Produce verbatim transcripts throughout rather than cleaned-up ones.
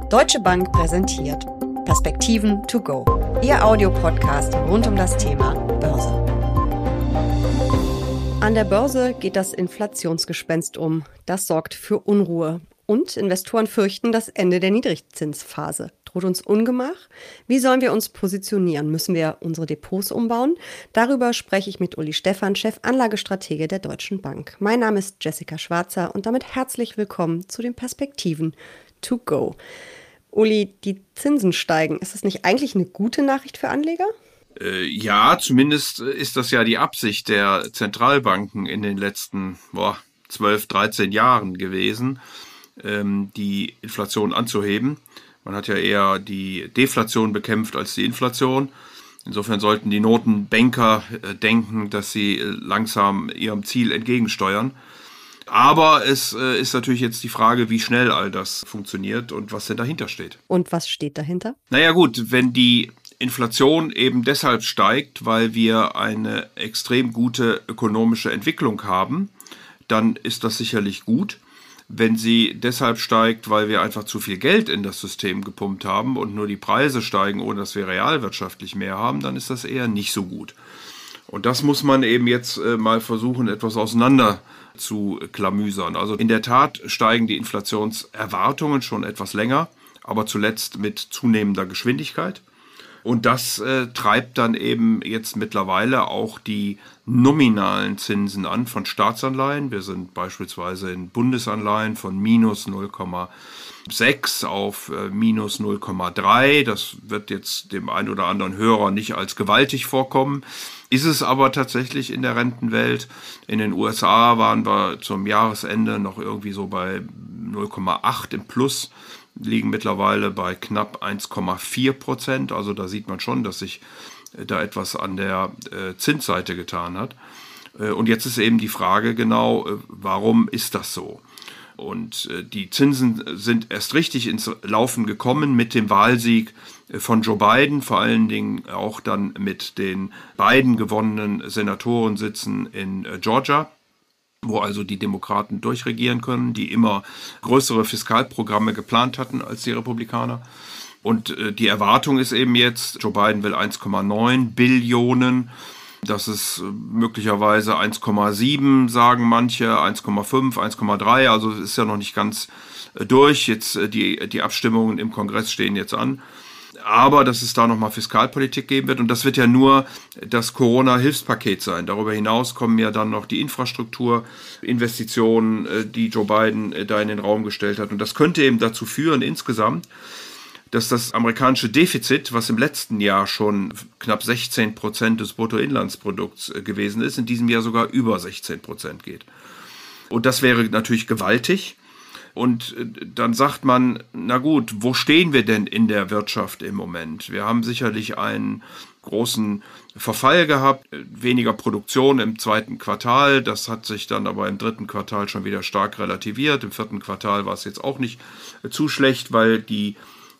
Deutsche Bank präsentiert Perspektiven to go, Ihr Audiopodcast rund um das Thema Börse. An der Börse geht das Inflationsgespenst um. Das sorgt für Unruhe. Und Investoren fürchten das Ende der Niedrigzinsphase. Droht uns Ungemach? Wie sollen wir uns positionieren? Müssen wir unsere Depots umbauen? Darüber spreche ich mit Uli Stephan, Chefanlagestratege der Deutschen Bank. Mein Name ist Jessica Schwarzer und damit herzlich willkommen zu den Perspektiven to go. Uli, die Zinsen steigen. Ist das nicht eigentlich eine gute Nachricht für Anleger? Äh, ja, zumindest ist das ja die Absicht der Zentralbanken in den letzten boah, zwölf, dreizehn Jahren gewesen, ähm, die Inflation anzuheben. Man hat ja eher die Deflation bekämpft als die Inflation. Insofern sollten die Notenbanker äh, denken, dass sie äh, langsam ihrem Ziel entgegensteuern. Aber es äh, ist natürlich jetzt die Frage, wie schnell all das funktioniert und was denn dahinter steht. Und was steht dahinter? Naja gut, wenn die Inflation eben deshalb steigt, weil wir eine extrem gute ökonomische Entwicklung haben, dann ist das sicherlich gut. Wenn sie deshalb steigt, weil wir einfach zu viel Geld in das System gepumpt haben und nur die Preise steigen, ohne dass wir realwirtschaftlich mehr haben, dann ist das eher nicht so gut. Und das muss man eben jetzt äh, mal versuchen, etwas auseinander zu klamüsern. Also in der Tat steigen die Inflationserwartungen schon etwas länger, aber zuletzt mit zunehmender Geschwindigkeit. Und das äh, treibt dann eben jetzt mittlerweile auch die nominalen Zinsen an von Staatsanleihen. Wir sind beispielsweise in Bundesanleihen von minus null Komma sechs auf äh, minus null Komma drei. Das wird jetzt dem einen oder anderen Hörer nicht als gewaltig vorkommen. Ist es aber tatsächlich in der Rentenwelt. In den U S A waren wir zum Jahresende noch irgendwie so bei null Komma acht im Plus, liegen mittlerweile bei knapp eins Komma vier Prozent. Also da sieht man schon, dass sich da etwas an der äh, Zinsseite getan hat. Äh, und jetzt ist eben die Frage genau, äh, warum ist das so? Und äh, die Zinsen sind erst richtig ins Laufen gekommen mit dem Wahlsieg äh, von Joe Biden, vor allen Dingen auch dann mit den beiden gewonnenen Senatorensitzen in äh, Georgia, wo also die Demokraten durchregieren können, die immer größere Fiskalprogramme geplant hatten als die Republikaner. Und äh, die Erwartung ist eben jetzt, Joe Biden will eins Komma neun Billionen, das ist äh, möglicherweise eins Komma sieben, sagen manche, eins Komma fünf, eins Komma drei, also ist ja noch nicht ganz äh, durch. Jetzt äh, die, die Abstimmungen im Kongress stehen jetzt an. Aber dass es da nochmal Fiskalpolitik geben wird. Und das wird ja nur das Corona-Hilfspaket sein. Darüber hinaus kommen ja dann noch die Infrastrukturinvestitionen, die Joe Biden da in den Raum gestellt hat. Und das könnte eben dazu führen insgesamt, dass das amerikanische Defizit, was im letzten Jahr schon knapp sechzehn Prozent des Bruttoinlandsprodukts gewesen ist, in diesem Jahr sogar über sechzehn Prozent geht. Und das wäre natürlich gewaltig. Und dann sagt man, na gut, wo stehen wir denn in der Wirtschaft im Moment? Wir haben sicherlich einen großen Verfall gehabt, weniger Produktion im zweiten Quartal. Das hat sich dann aber im dritten Quartal schon wieder stark relativiert. Im vierten Quartal war es jetzt auch nicht zu schlecht, weil die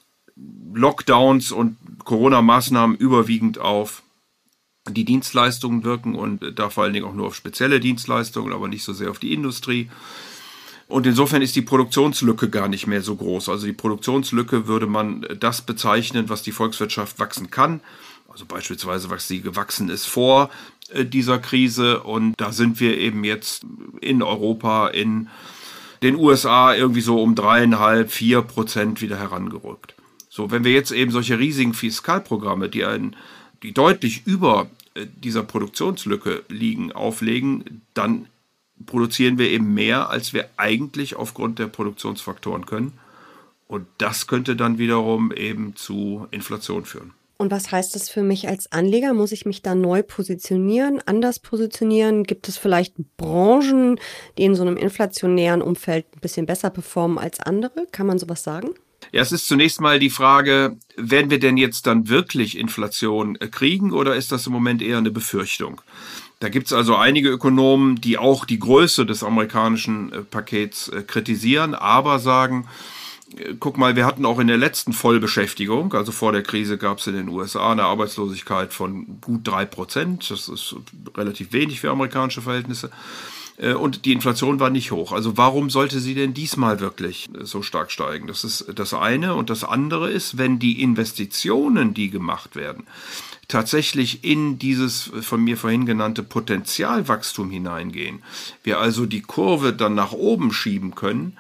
Lockdowns und Corona-Maßnahmen überwiegend auf die Dienstleistungen wirken und da vor allen Dingen auch nur auf spezielle Dienstleistungen, aber nicht so sehr auf die Industrie. Und insofern ist die Produktionslücke gar nicht mehr so groß. Also die Produktionslücke würde man das bezeichnen, was die Volkswirtschaft wachsen kann. Also beispielsweise, was sie gewachsen ist vor äh, dieser Krise. Und da sind wir eben jetzt in Europa, in den U S A irgendwie so um dreieinhalb, vier Prozent wieder herangerückt. So, wenn wir jetzt eben solche riesigen Fiskalprogramme, die einen, die deutlich über äh, dieser Produktionslücke liegen, auflegen, dann produzieren wir eben mehr, als wir eigentlich aufgrund der Produktionsfaktoren können. Und das könnte dann wiederum eben zu Inflation führen. Und was heißt das für mich als Anleger? Muss ich mich da neu positionieren, anders positionieren? Gibt es vielleicht Branchen, die in so einem inflationären Umfeld ein bisschen besser performen als andere? Kann man sowas sagen? Ja, es ist zunächst mal die Frage, werden wir denn jetzt dann wirklich Inflation kriegen oder ist das im Moment eher eine Befürchtung? Da gibt es also einige Ökonomen, die auch die Größe des amerikanischen äh, Pakets äh, kritisieren, aber sagen, äh, guck mal, wir hatten auch in der letzten Vollbeschäftigung, also vor der Krise gab es in den U S A eine Arbeitslosigkeit von gut drei Prozent, das ist relativ wenig für amerikanische Verhältnisse. Und die Inflation war nicht hoch. Also warum sollte sie denn diesmal wirklich so stark steigen? Das ist das eine. Und das andere ist, wenn die Investitionen, die gemacht werden, tatsächlich in dieses von mir vorhin genannte Potenzialwachstum hineingehen, wir also die Kurve dann nach oben schieben können,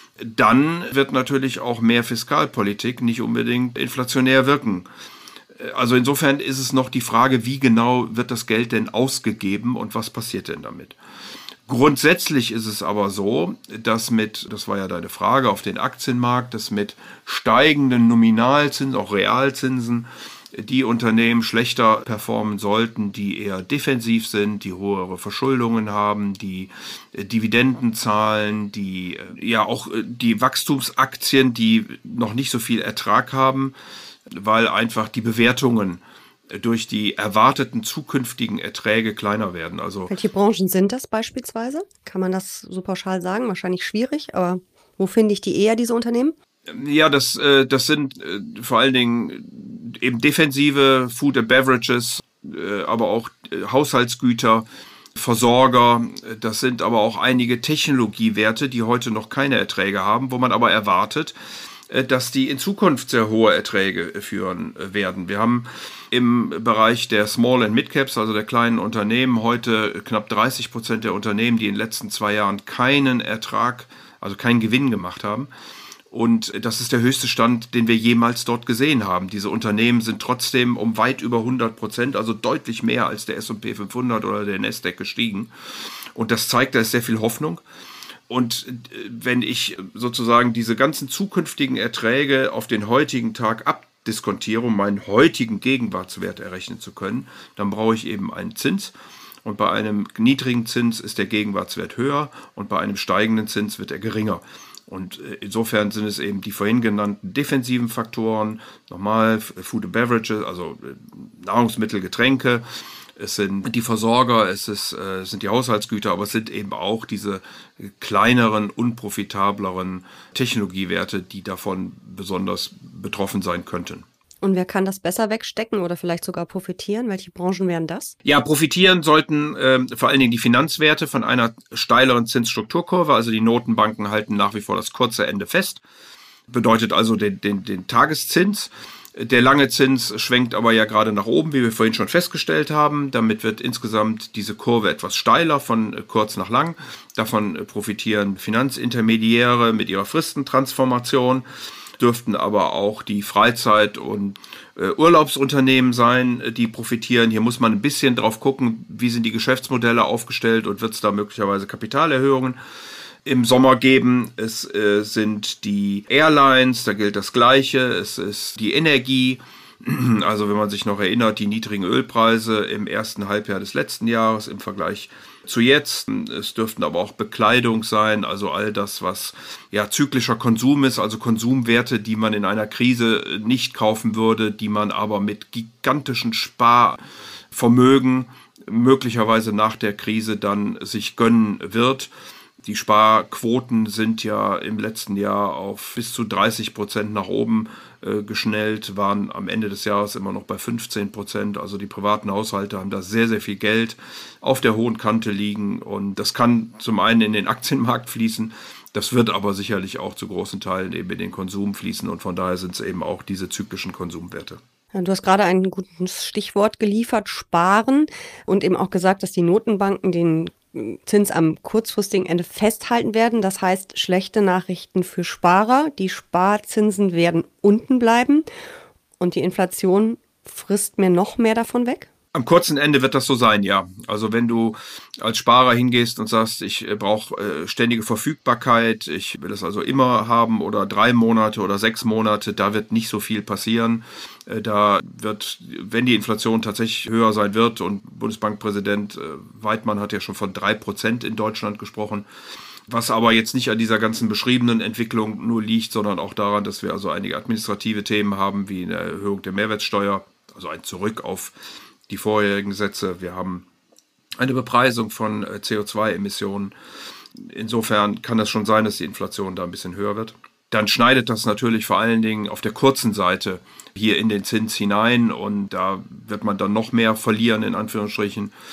dann wird natürlich auch mehr Fiskalpolitik nicht unbedingt inflationär wirken. Also insofern ist es noch die Frage, wie genau wird das Geld denn ausgegeben und was passiert denn damit? Grundsätzlich ist es aber so, dass mit, das war ja deine Frage, auf den Aktienmarkt, dass mit steigenden Nominalzinsen, auch Realzinsen, die Unternehmen schlechter performen sollten, die eher defensiv sind, die höhere Verschuldungen haben, die Dividenden zahlen, die ja auch die Wachstumsaktien, die noch nicht so viel Ertrag haben, weil einfach die Bewertungen durch die erwarteten zukünftigen Erträge kleiner werden. Also welche Branchen sind das beispielsweise? Kann man das so pauschal sagen? Wahrscheinlich schwierig, aber wo finde ich die eher, diese Unternehmen? Ja, das, das sind vor allen Dingen eben defensive Food and Beverages, aber auch Haushaltsgüter, Versorger. Das sind aber auch einige Technologiewerte, die heute noch keine Erträge haben, wo man aber erwartet, dass die in Zukunft sehr hohe Erträge führen werden. Wir haben im Bereich der Small and Mid Caps, also der kleinen Unternehmen, heute knapp dreißig Prozent der Unternehmen, die in den letzten zwei Jahren keinen Ertrag, also keinen Gewinn gemacht haben. Und das ist der höchste Stand, den wir jemals dort gesehen haben. Diese Unternehmen sind trotzdem um weit über hundert Prozent, also deutlich mehr als der S und P fünfhundert oder der Nasdaq gestiegen. Und das zeigt, da ist sehr viel Hoffnung. Und wenn ich sozusagen diese ganzen zukünftigen Erträge auf den heutigen Tag abdiskontiere, um meinen heutigen Gegenwartswert errechnen zu können, dann brauche ich eben einen Zins. Und bei einem niedrigen Zins ist der Gegenwartswert höher und bei einem steigenden Zins wird er geringer. Und insofern sind es eben die vorhin genannten defensiven Faktoren, nochmal Food and Beverages, also Nahrungsmittel, Getränke. Es sind die Versorger, es, ist, äh, es sind die Haushaltsgüter, aber es sind eben auch diese kleineren, unprofitableren Technologiewerte, die davon besonders betroffen sein könnten. Und wer kann das besser wegstecken oder vielleicht sogar profitieren? Welche Branchen wären das? Ja, profitieren sollten äh, vor allen Dingen die Finanzwerte von einer steileren Zinsstrukturkurve. Also die Notenbanken halten nach wie vor das kurze Ende fest. Bedeutet also den, den, den Tageszins. Der lange Zins schwenkt aber ja gerade nach oben, wie wir vorhin schon festgestellt haben. Damit wird insgesamt diese Kurve etwas steiler, von kurz nach lang. Davon profitieren Finanzintermediäre mit ihrer Fristentransformation, dürften aber auch die Freizeit- und äh, Urlaubsunternehmen sein, die profitieren. Hier muss man ein bisschen drauf gucken, wie sind die Geschäftsmodelle aufgestellt und wird es da möglicherweise Kapitalerhöhungen im Sommer geben. Es äh, sind die Airlines, da gilt das Gleiche. Es ist die Energie, also wenn man sich noch erinnert, die niedrigen Ölpreise im ersten Halbjahr des letzten Jahres im Vergleich zu jetzt. Es dürften aber auch Bekleidung sein, also all das, was ja zyklischer Konsum ist, also Konsumwerte, die man in einer Krise nicht kaufen würde, die man aber mit gigantischen Sparvermögen möglicherweise nach der Krise dann sich gönnen wird. Die Sparquoten sind ja im letzten Jahr auf bis zu dreißig Prozent nach oben äh, geschnellt, waren am Ende des Jahres immer noch bei fünfzehn Prozent. Also die privaten Haushalte haben da sehr, sehr viel Geld auf der hohen Kante liegen. Und das kann zum einen in den Aktienmarkt fließen, das wird aber sicherlich auch zu großen Teilen eben in den Konsum fließen. Und von daher sind es eben auch diese zyklischen Konsumwerte. Du hast gerade ein gutes Stichwort geliefert, Sparen, und eben auch gesagt, dass die Notenbanken den Zins am kurzfristigen Ende festhalten werden. Das heißt, schlechte Nachrichten für Sparer. Die Sparzinsen werden unten bleiben und die Inflation frisst mir noch mehr davon weg? Am kurzen Ende wird das so sein, ja. Also wenn du als Sparer hingehst und sagst, ich brauche äh, ständige Verfügbarkeit, ich will es also immer haben oder drei Monate oder sechs Monate, da wird nicht so viel passieren. Äh, da wird, wenn die Inflation tatsächlich höher sein wird, und Bundesbankpräsident äh, Weidmann hat ja schon von drei Prozent in Deutschland gesprochen, was aber jetzt nicht an dieser ganzen beschriebenen Entwicklung nur liegt, sondern auch daran, dass wir also einige administrative Themen haben, wie eine Erhöhung der Mehrwertsteuer, also ein Zurück auf die vorherigen Sätze. Wir haben eine Bepreisung von C O zwei Emissionen. Insofern kann das schon sein, dass die Inflation da ein bisschen höher wird. Dann schneidet das natürlich vor allen Dingen auf der kurzen Seite hier in den Zins hinein und da wird man dann noch mehr verlieren, in Anführungsstrichen.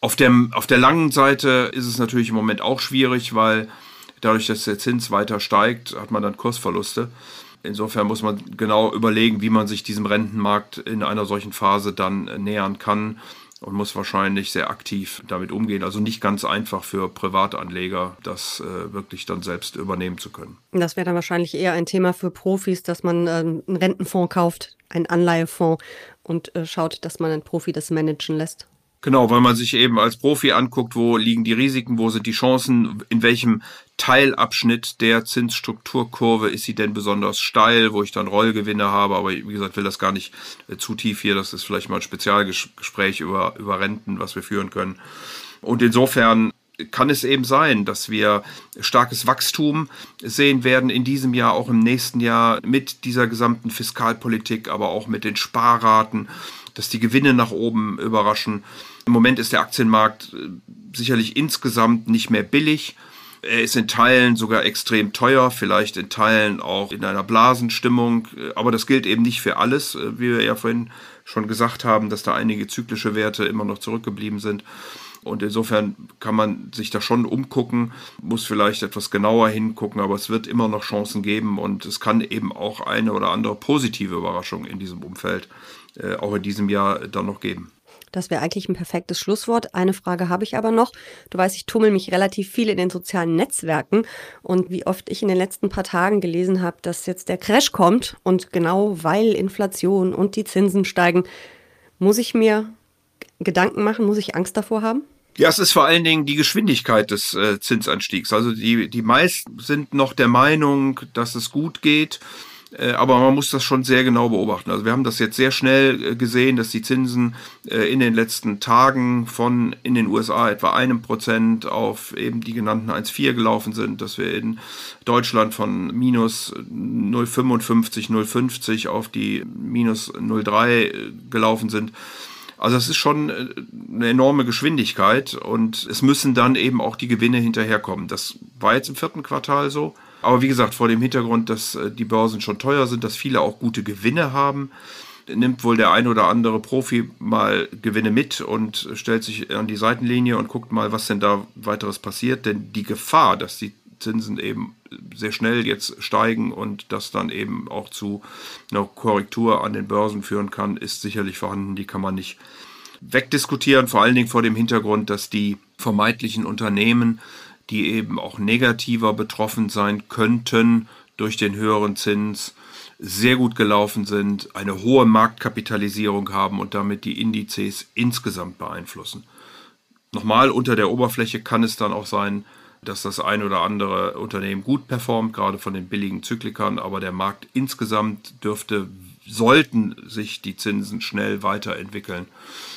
Auf dem, auf der langen Seite ist es natürlich im Moment auch schwierig, weil dadurch, dass der Zins weiter steigt, hat man dann Kursverluste. Insofern muss man genau überlegen, wie man sich diesem Rentenmarkt in einer solchen Phase dann nähern kann und muss wahrscheinlich sehr aktiv damit umgehen. Also nicht ganz einfach für Privatanleger, das äh, wirklich dann selbst übernehmen zu können. Das wäre dann wahrscheinlich eher ein Thema für Profis, dass man ähm, einen Rentenfonds kauft, einen Anleihefonds und äh, schaut, dass man einen Profi das managen lässt. Genau, weil man sich eben als Profi anguckt, wo liegen die Risiken, wo sind die Chancen, in welchem Teilabschnitt der Zinsstrukturkurve ist sie denn besonders steil, wo ich dann Rollgewinne habe. Aber wie gesagt, will das gar nicht äh, zu tief hier. Das ist vielleicht mal ein Spezialgespräch über, über Renten, was wir führen können. Und insofern kann es eben sein, dass wir starkes Wachstum sehen werden in diesem Jahr, auch im nächsten Jahr mit dieser gesamten Fiskalpolitik, aber auch mit den Sparraten, dass die Gewinne nach oben überraschen. Im Moment ist der Aktienmarkt sicherlich insgesamt nicht mehr billig. Er ist in Teilen sogar extrem teuer, vielleicht in Teilen auch in einer Blasenstimmung. Aber das gilt eben nicht für alles, wie wir ja vorhin schon gesagt haben, dass da einige zyklische Werte immer noch zurückgeblieben sind. Und insofern kann man sich da schon umgucken, muss vielleicht etwas genauer hingucken, aber es wird immer noch Chancen geben und es kann eben auch eine oder andere positive Überraschung in diesem Umfeld äh, auch in diesem Jahr dann noch geben. Das wäre eigentlich ein perfektes Schlusswort. Eine Frage habe ich aber noch. Du weißt, ich tummel mich relativ viel in den sozialen Netzwerken und wie oft ich in den letzten paar Tagen gelesen habe, dass jetzt der Crash kommt und genau weil Inflation und die Zinsen steigen, muss ich mir Gedanken machen, muss ich Angst davor haben? Ja, es ist vor allen Dingen die Geschwindigkeit des äh, Zinsanstiegs. Also die, die meisten sind noch der Meinung, dass es gut geht, äh, aber man muss das schon sehr genau beobachten. Also wir haben das jetzt sehr schnell äh, gesehen, dass die Zinsen äh, in den letzten Tagen von in den U S A etwa einem Prozent auf eben die genannten eins Komma vier gelaufen sind, dass wir in Deutschland von minus null Komma fünfundfünfzig, null Komma fünfzig auf die minus null Komma drei äh, gelaufen sind. Also es ist schon eine enorme Geschwindigkeit und es müssen dann eben auch die Gewinne hinterherkommen. Das war jetzt im vierten Quartal so. Aber wie gesagt, vor dem Hintergrund, dass die Börsen schon teuer sind, dass viele auch gute Gewinne haben, nimmt wohl der ein oder andere Profi mal Gewinne mit und stellt sich an die Seitenlinie und guckt mal, was denn da weiteres passiert. Denn die Gefahr, dass die Zinsen eben sehr schnell jetzt steigen und das dann eben auch zu einer Korrektur an den Börsen führen kann, ist sicherlich vorhanden. Die kann man nicht wegdiskutieren, vor allen Dingen vor dem Hintergrund, dass die vermeintlichen Unternehmen, die eben auch negativer betroffen sein könnten durch den höheren Zins, sehr gut gelaufen sind, eine hohe Marktkapitalisierung haben und damit die Indizes insgesamt beeinflussen. Nochmal, unter der Oberfläche kann es dann auch sein, dass das ein oder andere Unternehmen gut performt, gerade von den billigen Zyklikern, aber der Markt insgesamt dürfte, sollten sich die Zinsen schnell weiterentwickeln,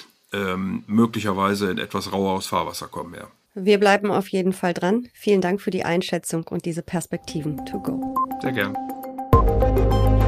ähm, möglicherweise in etwas raueres Fahrwasser kommen. Ja. Wir bleiben auf jeden Fall dran. Vielen Dank für die Einschätzung und diese Perspektiven to go. Sehr gern.